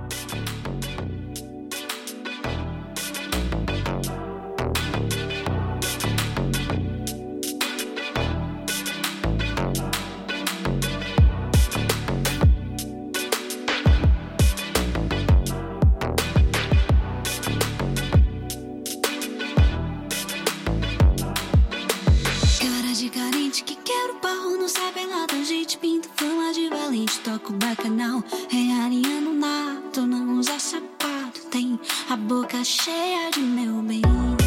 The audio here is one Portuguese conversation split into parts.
Toco bacanal, é ariano nato, não usa sapato, tem a boca cheia de meu bem.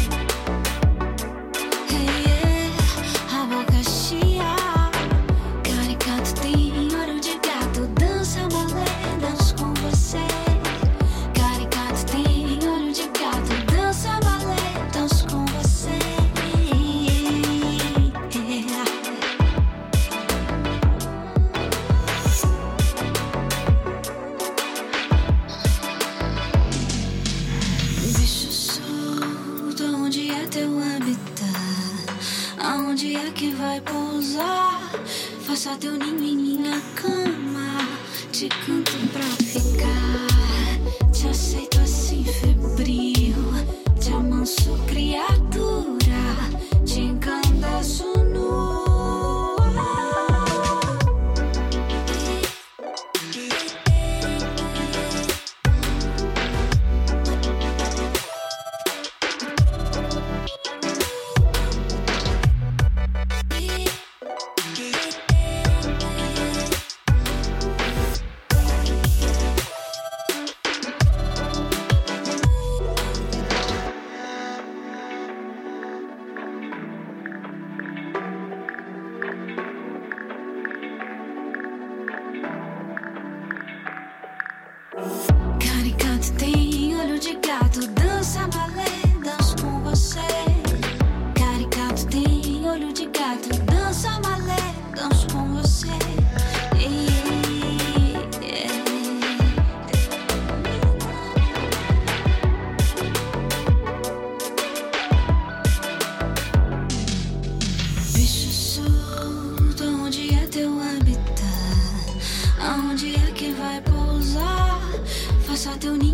A boca cheia, caricato, tem olho de gato, dança balé, danço com você. Caricato, tem olho de gato, dança balé, danço com você. Aonde é que vai pousar? Faça teu ninho em minha cama, te canto pra ficar. Te aceito assim febril, te amanso criatura, te encandeço nua. Caricato, tem olho de gato, dança balé, danço com você. Caricato, tem olho de gato, dança balé, danço com você. Bicho solto, onde é teu habitat? Aonde é que vai pousar? Faça teu ninho